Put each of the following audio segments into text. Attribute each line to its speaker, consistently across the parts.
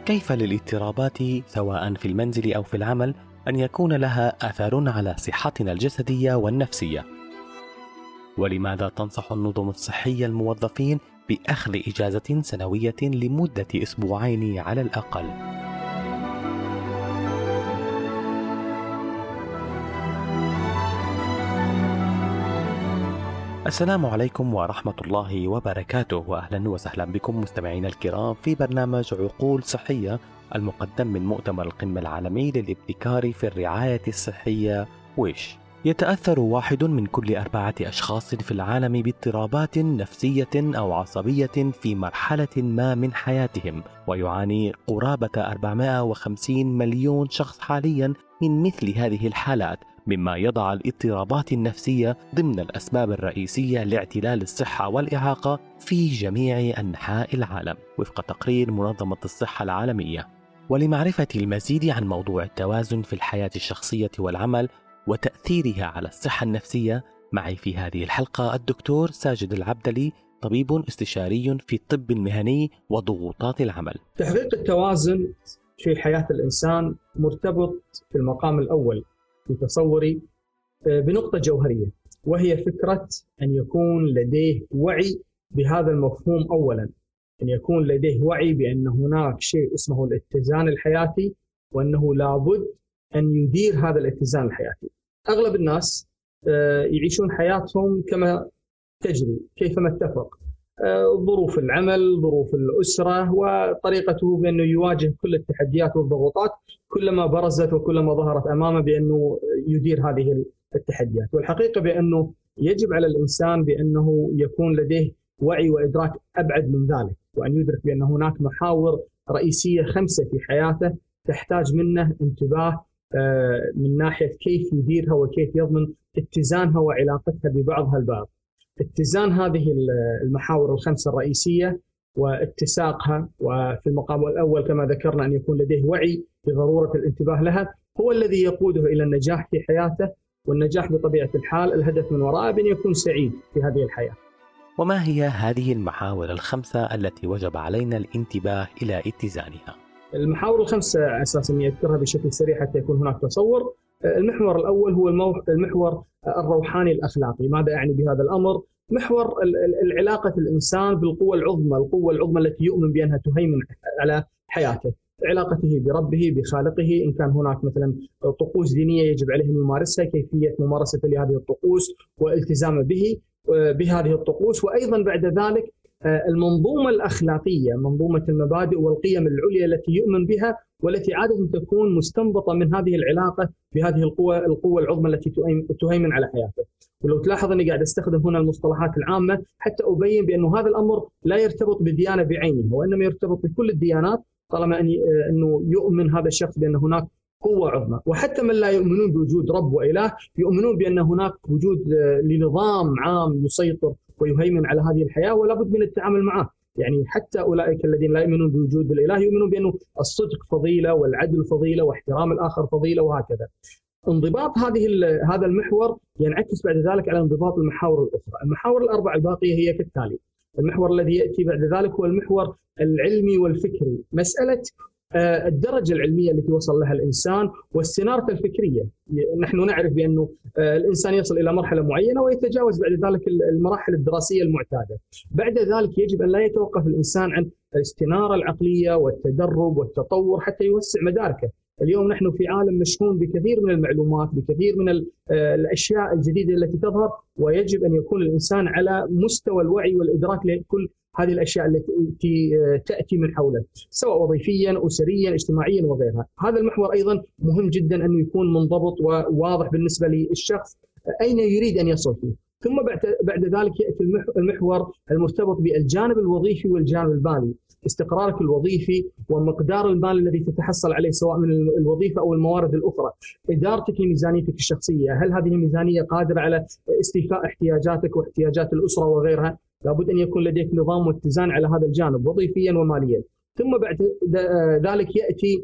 Speaker 1: كيف للاضطرابات سواء في المنزل أو في العمل أن يكون لها آثار على صحتنا الجسدية والنفسية؟ ولماذا تنصح النظم الصحية الموظفين بأخذ إجازة سنوية لمدة أسبوعين على الأقل؟ السلام عليكم ورحمة الله وبركاته، وأهلا وسهلا بكم مستمعينا الكرام في برنامج عقول صحية المقدم من مؤتمر القمة العالمي للابتكار في الرعاية الصحية ويش. يتأثر 1 من كل 4 أشخاص في العالم باضطرابات نفسية أو عصبية في مرحلة ما من حياتهم، ويعاني قرابة 450 مليون شخص حاليا من مثل هذه الحالات، مما يضع الاضطرابات النفسية ضمن الأسباب الرئيسية لاعتلال الصحة والإعاقة في جميع أنحاء العالم وفق تقرير منظمة الصحة العالمية. ولمعرفة المزيد عن موضوع التوازن في الحياة الشخصية والعمل وتأثيرها على الصحة النفسية، معي في هذه الحلقة الدكتور ساجد العبدلي، طبيب استشاري في الطب المهني وضغوطات العمل.
Speaker 2: تحقيق التوازن في حياة الإنسان مرتبط في المقام الأول في تصوري بنقطة جوهرية، وهي فكرة أن يكون لديه وعي بهذا المفهوم. أولا أن يكون لديه وعي بأن هناك شيء اسمه الاتزان الحياتي، وأنه لابد أن يدير هذا الاتزان الحياتي. أغلب الناس يعيشون حياتهم كما تجري كيفما اتفق، ظروف العمل، ظروف الأسرة، وطريقته بأنه يواجه كل التحديات والضغوطات كلما برزت وكلما ظهرت أمامه بأنه يدير هذه التحديات. والحقيقة بأنه يجب على الإنسان بأنه يكون لديه وعي وإدراك أبعد من ذلك، وأن يدرك بأن هناك محاور رئيسية 5 في حياته تحتاج منه انتباه من ناحية كيف يديرها وكيف يضمن اتزانها وعلاقتها ببعضها البعض. اتزان هذه المحاور ال5 الرئيسية واتساقها، وفي المقام الأول كما ذكرنا أن يكون لديه وعي بضرورة الانتباه لها، هو الذي يقوده إلى النجاح في حياته. والنجاح بطبيعة الحال الهدف من وراءه بأن يكون سعيد في هذه الحياة.
Speaker 1: وما هي هذه المحاور ال5 التي وجب علينا الانتباه إلى اتزانها؟
Speaker 2: المحاور ال5 أساساً أذكرها بشكل سريع حتى يكون هناك تصور. المحور الأول هو المحور الروحاني الأخلاقي. ماذا أعني بهذا الأمر؟ محور العلاقة الإنسان بالقوة العظمى، القوة العظمى التي يؤمن بأنها تهيمن على حياته، علاقته بربه بخالقه. إن كان هناك مثلا طقوس دينية يجب عليه أن يمارسها، كيفية ممارسة لهذه الطقوس والالتزام بهذه الطقوس. وأيضا بعد ذلك المنظومة الأخلاقية، منظومة المبادئ والقيم العليا التي يؤمن بها، والتي عادة تكون مستنبطة من هذه العلاقة بهذه القوة العظمى التي تهيمن على حياته. ولو تلاحظ أني قاعد أستخدم هنا المصطلحات العامة حتى أبين بأنه هذا الأمر لا يرتبط بالديانة بعينها، وإنما يرتبط بكل الديانات، طالما أنه يؤمن هذا الشخص بأن هناك قوة عظمى. وحتى من لا يؤمنون بوجود رب وإله يؤمنون بأن هناك وجود لنظام عام يسيطر ويهيمن على هذه الحياة، ولا بد من التعامل معه. يعني حتى أولئك الذين لا يؤمنون بوجود الإله يؤمنون بأنه الصدق فضيلة، والعدل فضيلة، واحترام الآخر فضيلة، وهكذا. انضباط هذا المحور ينعكس بعد ذلك على انضباط المحاور الأخرى. المحاور ال4 الباقية هي كالتالي. المحور الذي يأتي بعد ذلك هو المحور العلمي والفكري، مسألة الدرجة العلمية التي وصل لها الإنسان والسنارة الفكرية. نحن نعرف بأنه الإنسان يصل إلى مرحلة معينة ويتجاوز بعد ذلك المراحل الدراسية المعتادة. بعد ذلك يجب أن لا يتوقف الإنسان عن الاستنارة العقلية والتدرب والتطور حتى يوسع مداركه. اليوم نحن في عالم مشحون بكثير من المعلومات، بكثير من الأشياء الجديدة التي تظهر، ويجب أن يكون الإنسان على مستوى الوعي والإدراك لكل هذه الأشياء التي تأتي من حوله، سواء وظيفيا، أسريا، اجتماعيا وغيرها. هذا المحور أيضا مهم جدا أنه يكون منضبط وواضح بالنسبة للشخص أين يريد أن يصل فيه. ثم بعد ذلك يأتي المحور المرتبط بالجانب الوظيفي والجانب المالي، استقرارك الوظيفي ومقدار المال الذي تتحصل عليه سواء من الوظيفة أو الموارد الأخرى، إدارتك لميزانيتك الشخصية، هل هذه الميزانية قادرة على استيفاء احتياجاتك واحتياجات الأسرة وغيرها. لابد أن يكون لديك نظام واتزان على هذا الجانب وظيفيا وماليا. ثم بعد ذلك يأتي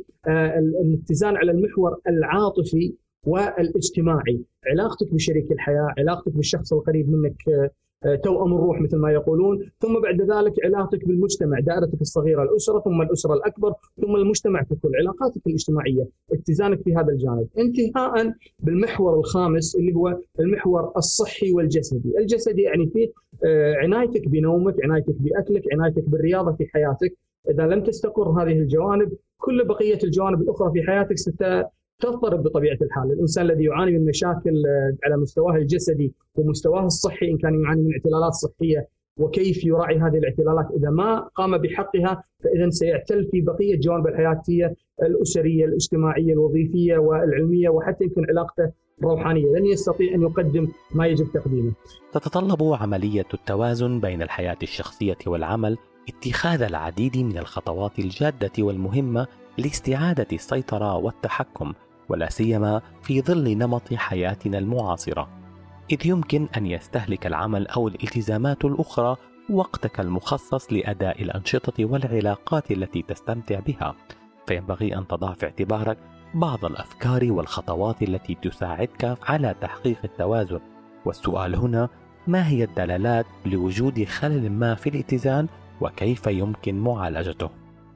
Speaker 2: الاتزان على المحور العاطفي والاجتماعي، علاقتك بشريك الحياة، علاقتك بالشخص القريب منك توأم الروح مثل ما يقولون. ثم بعد ذلك علاقتك بالمجتمع، دائرتك الصغيرة الأسرة، ثم الأسرة الأكبر، ثم المجتمع ككل، علاقاتك الاجتماعية، اتزانك في هذا الجانب، انتهاء بالمحور الخامس اللي هو المحور الصحي والجسدي. الجسدي يعني فيه عنايتك بنومك، عنايتك بأكلك، عنايتك بالرياضة في حياتك. إذا لم تستقر هذه الجوانب، كل بقية الجوانب الأخرى في حياتك ستضطرب بطبيعة الحال. الإنسان الذي يعاني من مشاكل على مستواه الجسدي ومستواه الصحي، إن كان يعاني من اعتلالات صحية، وكيف يراعي هذه الاعتلالات، إذا ما قام بحقها فإذا سيعتل في بقية جوانب الحياتية الأسرية الاجتماعية الوظيفية والعلمية، وحتى يمكن علاقته الروحانية، لن يستطيع أن يقدم ما يجب تقديمه.
Speaker 1: تتطلب عملية التوازن بين الحياة الشخصية والعمل اتخاذ العديد من الخطوات الجادة والمهمة لاستعادة السيطرة والتحكم، ولا سيما في ظل نمط حياتنا المعاصرة، إذ يمكن أن يستهلك العمل أو الالتزامات الأخرى وقتك المخصص لأداء الأنشطة والعلاقات التي تستمتع بها، فينبغي أن تضع في اعتبارك بعض الأفكار والخطوات التي تساعدك على تحقيق التوازن. والسؤال هنا: ما هي الدلالات لوجود خلل ما في الاتزان، وكيف يمكن معالجته؟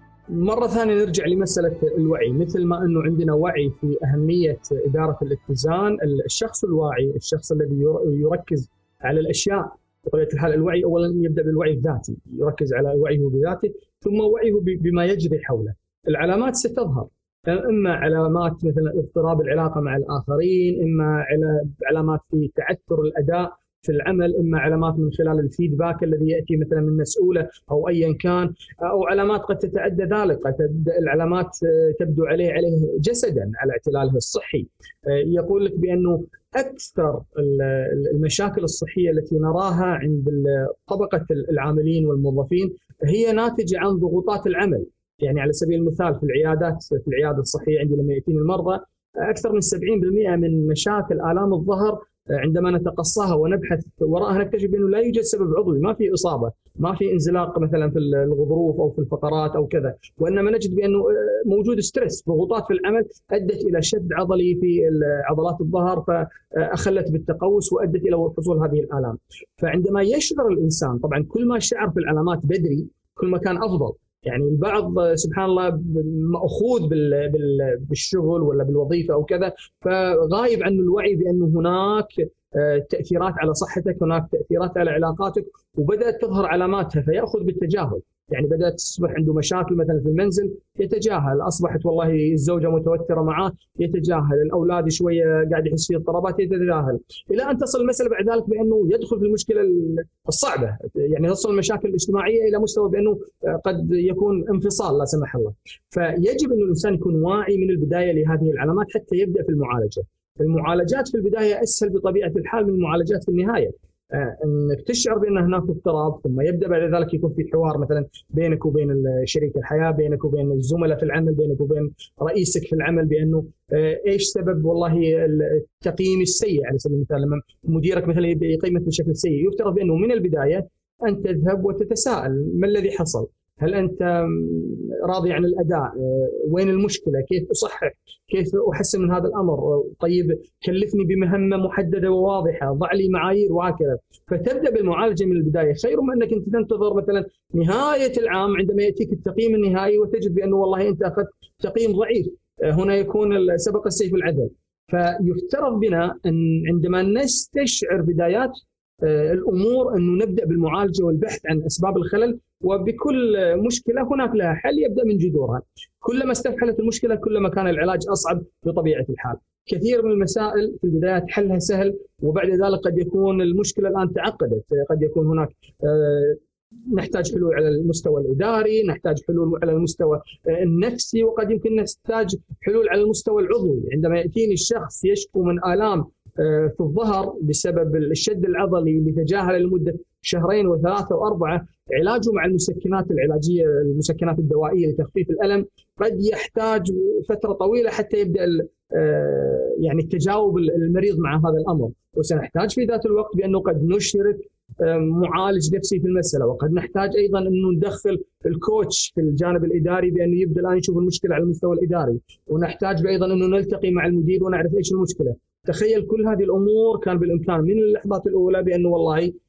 Speaker 2: مرة ثانية نرجع لمسألة الوعي. مثل ما أنه عندنا وعي في أهمية إدارة الاتزان، الشخص الواعي، الشخص الذي يركز على الأشياء بطبيعة الحال، الوعي أولا يبدأ بالوعي الذاتي، يركز على وعيه بذاته، ثم وعيه بما يجري حوله. العلامات ستظهر، إما علامات مثلا اضطراب العلاقة مع الآخرين، إما علامات في تعثر الأداء في العمل، إما علامات من خلال الفيدباك الذي يأتي مثلا من مسؤولة أو أيا كان، أو علامات قد تتعدى ذلك، قد تبدأ العلامات تبدو عليه جسدا على اعتلاله الصحي. يقول لك بأنه أكثر المشاكل الصحية التي نراها عند طبقة العاملين والموظفين هي ناتجة عن ضغوطات العمل. يعني على سبيل المثال في العيادة الصحية عندي لما يأتيني المرضى، أكثر من 70% من مشاكل آلام الظهر عندما نتقصاها ونبحث وراءها نكتشف أنه لا يوجد سبب عضوي، ما في إصابة، ما في انزلاق مثلا في الغضروف أو في الفقرات أو كذا، وإنما نجد بأنه موجود ستريس، ضغوطات في العمل أدت إلى شد عضلي في عضلات الظهر فأخلت بالتقوس وأدت إلى حصول هذه الآلام. فعندما يشعر الإنسان، طبعا كل ما شعر في العلامات بدري كل ما كان أفضل. يعني البعض سبحان الله مأخوذ بالشغل ولا بالوظيفة أو كذا، فغايب عنه الوعي بأنه هناك تأثيرات على صحتك، هناك تأثيرات على علاقاتك، وبدأت تظهر علاماتها فيأخذ بالتجاهل. يعني بدأت تصبح عنده مشاكل مثلا في المنزل يتجاهل، أصبحت والله الزوجة متوترة معه يتجاهل، الأولاد شوية قاعد يحس فيه اضطرابات يتجاهل، إلى أن تصل المسألة بعد ذلك بأنه يدخل في المشكلة الصعبة، يعني تصل المشاكل الاجتماعية إلى مستوى بأنه قد يكون انفصال لا سمح الله. فيجب أن الإنسان يكون واعي من البداية لهذه العلامات حتى يبدأ في المعالجة. المعالجات في البداية أسهل بطبيعة الحال من المعالجات في النهاية. انك تشعر بان هناك اضطراب، ثم يبدا بعد ذلك يكون في حوار مثلا بينك وبين شريك الحياه، بينك وبين الزملاء في العمل، بينك وبين رئيسك في العمل، بانه ايش سبب والله التقييم السيء. على سبيل المثال لما مديرك مثلا يبدا يقيمك بشكل سيء، يفترض بانه من البدايه ان تذهب وتتساءل ما الذي حصل؟ هل أنت راضي عن الأداء؟ وين المشكلة؟ كيف أصحح؟ كيف أحسن من هذا الأمر؟ طيب كلفني بمهمة محددة وواضحة، ضع لي معايير وهكذا. فتبدأ بالمعالجة من البداية خير من أنك أنت تنتظر مثلا نهاية العام عندما يأتيك التقييم النهائي وتجد بأنه والله أنت أخذت تقييم ضعيف. هنا يكون سبق السيف العدل. فيفترض بنا أن عندما نستشعر بدايات الأمور أنه نبدأ بالمعالجة والبحث عن أسباب الخلل، وبكل مشكلة هناك لها حل يبدأ من جذورها. كلما استفحلت المشكلة كلما كان العلاج أصعب بطبيعة الحال. كثير من المسائل في البداية حلها سهل، وبعد ذلك قد يكون المشكلة الآن تعقدت، قد يكون هناك نحتاج حلول على المستوى الإداري، نحتاج حلول على المستوى النفسي، وقد يمكن نحتاج حلول على المستوى العضوي. عندما يأتيني الشخص يشكو من آلام في الظهر بسبب الشد العضلي اللي تجاهل لمدة شهرين وثلاثة وأربعة، علاجه مع المسكنات العلاجية، المسكنات الدوائية لتخفيف الألم، قد يحتاج فترة طويلة حتى يبدأ يعني التجاوب المريض مع هذا الأمر. وسنحتاج في ذات الوقت بأنه قد نشرك معالج نفسي في المسألة، وقد نحتاج أيضا أنه ندخل الكوتش في الجانب الإداري بأنه يبدأ الآن يشوف المشكلة على المستوى الإداري، ونحتاج أيضا أنه نلتقي مع المدير ونعرف إيش المشكلة. تخيل كل هذه الأمور كان بالإمكان من اللحظات الأولى بأنه والله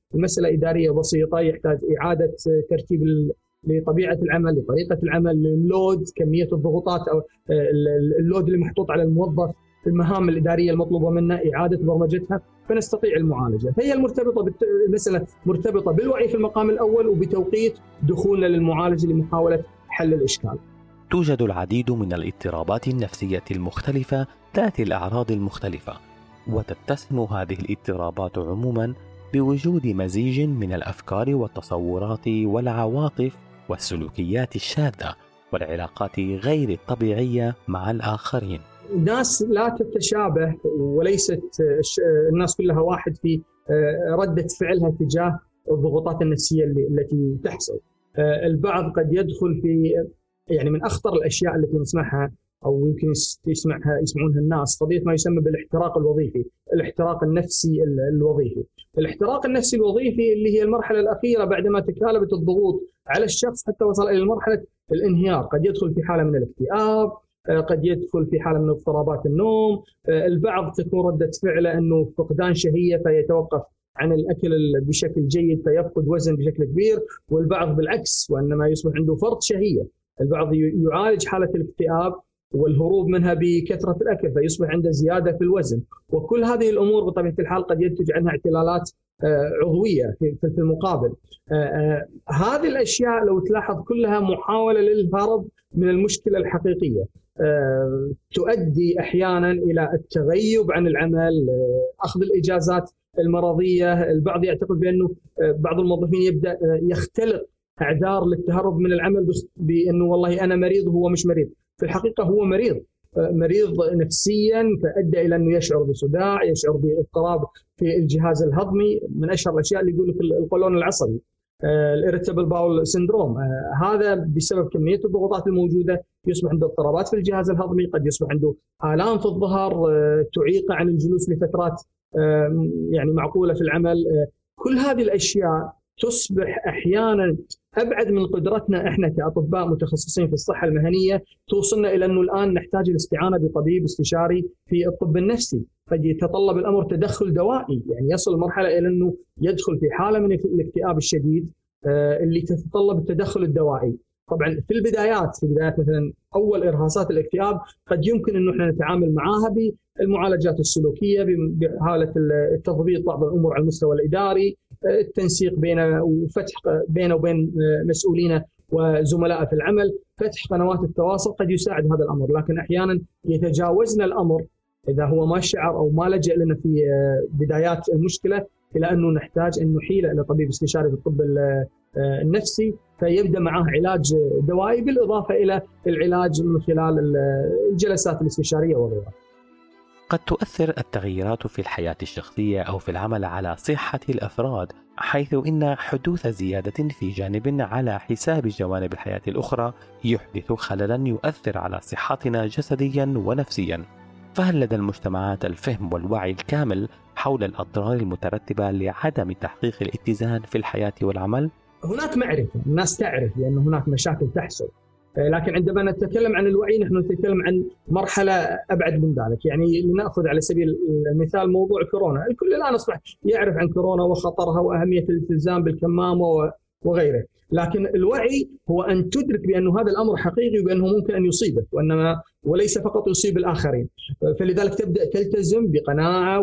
Speaker 2: المسألة إدارية بسيطة، يحتاج إعادة ترتيب لطبيعة العمل، لطريقة العمل، اللود، كمية الضغوطات أو اللود اللي محطوط على الموظف، المهام الإدارية المطلوبة منه إعادة برمجتها، فنستطيع المعالجة. فهي المسألة مرتبطة بالوعي في المقام الأول وبتوقيت دخولنا للمعالجة لمحاولة حل الإشكال.
Speaker 1: توجد العديد من الاضطرابات النفسية المختلفة ذات الأعراض المختلفة، وتتسم هذه الاضطرابات عموما بوجود مزيج من الأفكار والتصورات والعواطف والسلوكيات الشاذة والعلاقات غير الطبيعية مع الآخرين.
Speaker 2: الناس لا تتشابه، وليست الناس كلها واحد في ردة فعلها تجاه الضغوطات النفسية التي تحصل. البعض قد يدخل في يعني من أخطر الأشياء التي نسمعها أو يمكن يسمعونها الناس قضية ما يسمى بالاحتراق الوظيفي، الاحتراق النفسي الوظيفي. الاحتراق النفسي الوظيفي اللي هي المرحلة الأخيرة بعدما تكالبت الضغوط على الشخص حتى وصل إلى مرحلة الانهيار، قد يدخل في حالة من الاكتئاب، قد يدخل في حالة من اضطرابات النوم. البعض تكون ردة فعله أنه فقدان شهية فيتوقف عن الأكل بشكل جيد فيفقد وزن بشكل كبير، والبعض بالعكس وإنما يصبح عنده فرط شهية. البعض يعالج حالة الاكتئاب والهروب منها بكثرة الأكل فيصبح عنده زيادة في الوزن، وكل هذه الأمور بطبيعة الحال قد ينتج عنها اعتلالات عضوية في المقابل. هذه الأشياء لو تلاحظ كلها محاولة للهرب من المشكلة الحقيقية، تؤدي أحيانا إلى التغيب عن العمل، أخذ الإجازات المرضية. البعض يعتقد بأنه بعض الموظفين يبدأ يختلق أعذار للتهرب من العمل بأنه والله أنا مريض وهو مش مريض. في الحقيقة هو مريض نفسيا، فأدى إلى أنه يشعر بصداع، يشعر باضطراب في الجهاز الهضمي. من أشهر الأشياء اللي يقول لك القولون العصبي، الإيريتابل باول سيندروم، هذا بسبب كمية الضغوطات الموجودة يصبح عنده اضطرابات في الجهاز الهضمي، قد يصبح عنده آلام في الظهر تعيق عن الجلوس لفترات يعني معقولة في العمل. كل هذه الأشياء تصبح أحيانا أبعد من قدرتنا إحنا كأطباء متخصصين في الصحة المهنية، توصلنا إلى أنه الآن نحتاج الاستعانة بطبيب استشاري في الطب النفسي. قد يتطلب الأمر تدخل دوائي، يعني يصل مرحلة إلى أنه يدخل في حالة من الاكتئاب الشديد اللي تتطلب التدخل الدوائي. طبعا في البدايات مثلا أول إرهاصات الاكتئاب قد يمكن أنه احنا نتعامل معها بالمعالجات السلوكية، بحالة التضبيط بعض الأمور على المستوى الإداري، التنسيق بينه وبين مسؤولينه وزملاء في العمل، فتح قنوات التواصل قد يساعد هذا الأمر. لكن أحيانا يتجاوزنا الأمر إذا هو ما شعر أو ما لجأ لنا في بدايات المشكلة إلى أنه نحتاج أن نحيل إلى طبيب استشاري في الطب النفسي، فيبدأ معه علاج دوائي بالإضافة إلى العلاج من خلال الجلسات الاستشارية وغيرها.
Speaker 1: قد تؤثر التغييرات في الحياة الشخصية أو في العمل على صحة الأفراد، حيث إن حدوث زيادة في جانب على حساب جوانب الحياة الأخرى يحدث خللاً يؤثر على صحتنا جسدياً ونفسياً. فهل لدى المجتمعات الفهم والوعي الكامل حول الأضرار المترتبة لعدم تحقيق الاتزان في الحياة والعمل؟
Speaker 2: هناك معرفة، الناس تعرف بأن هناك مشاكل تحصل، لكن عندما نتكلم عن الوعي نحن نتكلم عن مرحلة أبعد من ذلك. يعني لنأخذ على سبيل المثال موضوع كورونا، الكل الآن أصبح يعرف عن كورونا وخطرها وأهمية الالتزام بالكمامة وغيره، لكن الوعي هو أن تدرك بأن هذا الأمر حقيقي وبأنه ممكن أن يصيبك وليس فقط يصيب الآخرين. فلذلك تبدأ تلتزم بقناعة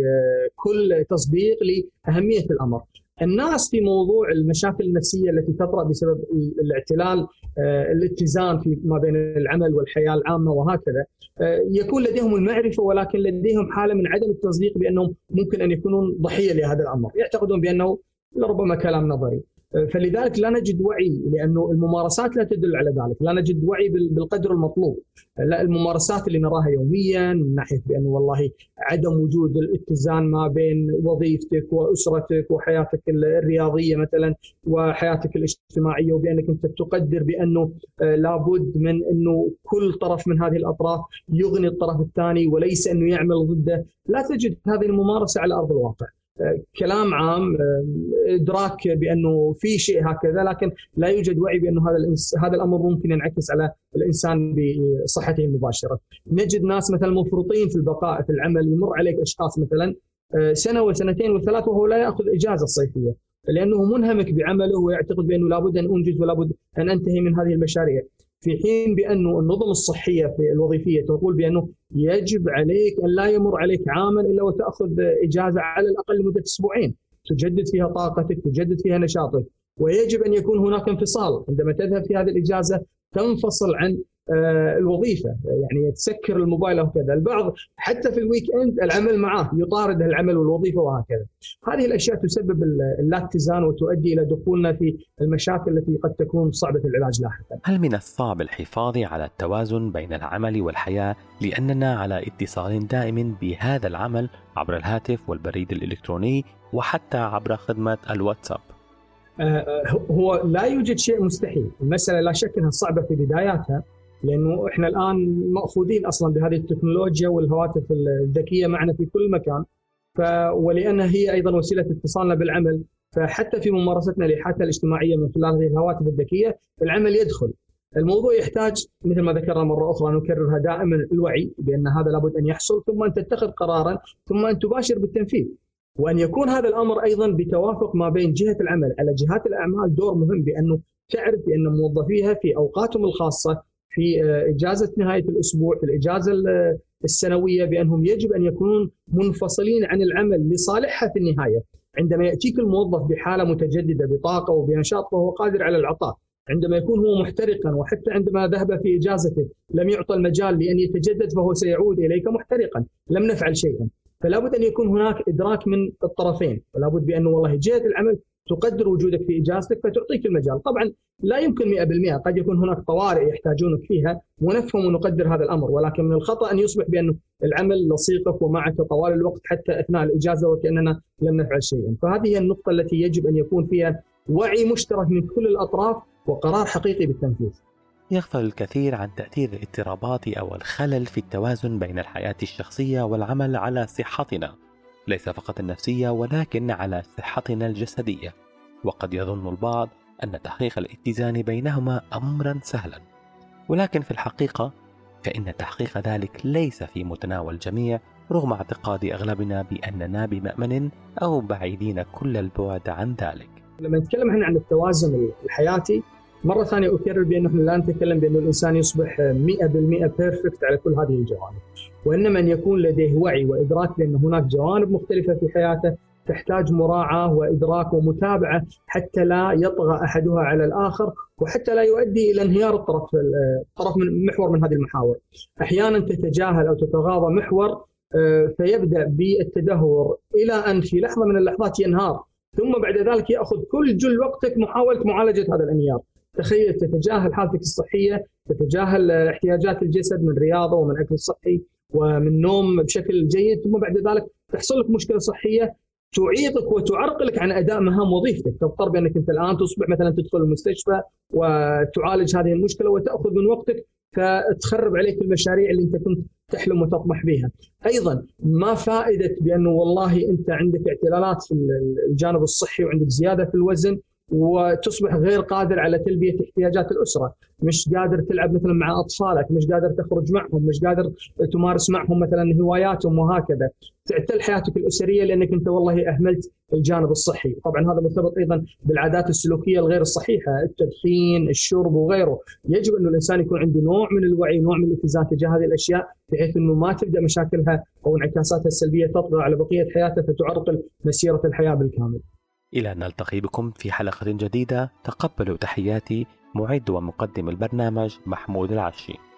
Speaker 2: وبكل تصديق لأهمية الأمر. الناس في موضوع المشاكل النفسية التي تطرأ بسبب الاعتلال الاتزان في ما بين العمل والحياة العامة وهكذا، يكون لديهم المعرفة ولكن لديهم حالة من عدم التصديق بأنهم ممكن أن يكونون ضحية لهذا الأمر، يعتقدون بأنه لربما كلام نظري. فلذلك لا نجد وعي، لأنه الممارسات لا تدل على ذلك، لا نجد وعي بالقدر المطلوب. لا، الممارسات اللي نراها يوميا من ناحية بأنه والله عدم وجود الاتزان ما بين وظيفتك وأسرتك وحياتك الرياضية مثلا وحياتك الاجتماعية، وبأنك أنت تقدر بأنه لابد من أنه كل طرف من هذه الأطراف يغني الطرف الثاني وليس أنه يعمل ضده. لا تجد هذه الممارسة على أرض الواقع. كلام عام، إدراك بأنه في شيء هكذا، لكن لا يوجد وعي بأنه هذا الأمر ممكن ينعكس على الإنسان بصحته المباشرة. نجد ناس مثلا مفروطين في البقاء في العمل، يمر عليك أشخاص مثلا سنة وسنتين وثلاث وهو لا يأخذ إجازة صيفية، لأنه منهمك بعمله ويعتقد بأنه لابد أن أنجز ولابد أن أنتهي من هذه المشاريع، في حين بأنه النظم الصحية في الوظيفية تقول بأنه يجب عليك أن لا يمر عليك عاما إلا وتأخذ إجازة على الأقل لمدة أسبوعين تجدد فيها طاقتك، تجدد فيها نشاطك، ويجب أن يكون هناك انفصال عندما تذهب في هذه الإجازة، تنفصل عن الوظيفة، يعني تسكر الموبايل وكذا. البعض حتى في الويك اند العمل معه يطارد العمل والوظيفة وهكذا. هذه الأشياء تسبب اللا اتزان وتؤدي إلى دخولنا في المشاكل التي قد تكون صعبة العلاج لاحقا.
Speaker 1: هل من الصعب الحفاظ على التوازن بين العمل والحياة لأننا على اتصال دائم بهذا العمل عبر الهاتف والبريد الإلكتروني وحتى عبر خدمة الواتساب؟
Speaker 2: هو لا يوجد شيء مستحيل، المسألة لا شك أنها صعبة في بداياتها، لأنه إحنا الآن مأخوذين أصلا بهذه التكنولوجيا والهواتف الذكية معنا في كل مكان، ولأنها هي أيضا وسيلة اتصالنا بالعمل، فحتى في ممارستنا لحياتنا الاجتماعية من خلال هذه الهواتف الذكية العمل يدخل. الموضوع يحتاج مثل ما ذكرنا مرة أخرى نكررها دائما الوعي بأن هذا لابد أن يحصل، ثم أن تتخذ قرارا، ثم أن تباشر بالتنفيذ، وأن يكون هذا الأمر أيضا بتوافق ما بين جهة العمل. على جهات الأعمال دور مهم بأنه تعرف بأن موظفيها في أوقاتهم الخاصة، في إجازة نهاية الأسبوع، في الإجازة السنوية، بأنهم يجب أن يكونون منفصلين عن العمل لصالحها في النهاية. عندما يأتيك الموظف بحالة متجددة بطاقة وبنشاط فهو قادر على العطاء، عندما يكون هو محترقا وحتى عندما ذهب في إجازته لم يعطى المجال لأن يتجدد فهو سيعود إليك محترقا، لم نفعل شيئا. فلا بد أن يكون هناك إدراك من الطرفين، ولا بد بأنه والله جهة العمل تقدر وجودك في إجازتك فتعطيك المجال. طبعا لا يمكن 100%، قد يكون هناك طوارئ يحتاجونك فيها ونفهم ونقدر هذا الأمر، ولكن من الخطأ أن يصبح بأنه العمل لصيقك ومعك طوال الوقت حتى أثناء الإجازة وكأننا لم نفعل شيئا. فهذه هي النقطة التي يجب أن يكون فيها وعي مشترك من كل الأطراف وقرار حقيقي بالتنفيذ.
Speaker 1: يغفل الكثير عن تأثير الاضطرابات أو الخلل في التوازن بين الحياة الشخصية والعمل على صحتنا، ليس فقط النفسية ولكن على صحتنا الجسدية. وقد يظن البعض أن تحقيق الاتزان بينهما أمرا سهلا، ولكن في الحقيقة فإن تحقيق ذلك ليس في متناول الجميع، رغم اعتقاد أغلبنا بأننا بمأمن أو بعيدين كل البعد عن ذلك.
Speaker 2: لما نتكلم عن التوازن الحياتي، مرة ثانية أكرر بأنه لا نتكلم بأن الإنسان يصبح 100% بيرفكت على كل هذه الجوانب، وإنما أن يكون لديه وعي وإدراك بأن هناك جوانب مختلفة في حياته تحتاج مراعاة وإدراك ومتابعة حتى لا يطغى أحدها على الآخر، وحتى لا يؤدي إلى انهيار طرف من محور من هذه المحاور. أحيانا تتجاهل أو تتغاضى محور فيبدأ بالتدهور إلى أن في لحظة من اللحظات ينهار، ثم بعد ذلك يأخذ كل جل وقتك محاولة معالجة هذا الانهيار. تخيل تتجاهل حالتك الصحية، تتجاهل احتياجات الجسد من رياضة ومن أكل صحي ومن نوم بشكل جيد، ثم بعد ذلك تحصل لك مشكلة صحية تعيقك وتعرقلك عن أداء مهام وظيفتك. تضطر بأنك أنت الآن تصبح مثلا تدخل المستشفى وتعالج هذه المشكلة وتأخذ من وقتك، فتخرب عليك المشاريع اللي أنت كنت تحلم وتطمح بها. أيضا ما فائدة بأنه والله أنت عندك اعتلالات في الجانب الصحي وعندك زيادة في الوزن وتصبح غير قادر على تلبية احتياجات الأسرة، مش قادر تلعب مثلا مع أطفالك، مش قادر تخرج معهم، مش قادر تمارس معهم مثلا هواياتهم وهكذا، تعتل حياتك الأسرية لأنك أنت والله أهملت الجانب الصحي. طبعا هذا مرتبط أيضا بالعادات السلوكية الغير الصحيحة، التدخين، الشرب وغيره. يجب أن الإنسان يكون عنده نوع من الوعي، نوع من الاتزان تجاه هذه الأشياء، بحيث أنه ما تبدأ مشاكلها أو انعكاساتها السلبية تطغى على بقية حياته فتعرقل مسيرة الحياة بالكامل.
Speaker 1: إلى أن نلتقي بكم في حلقة جديدة، تقبلوا تحياتي معد ومقدم البرنامج محمود العشي.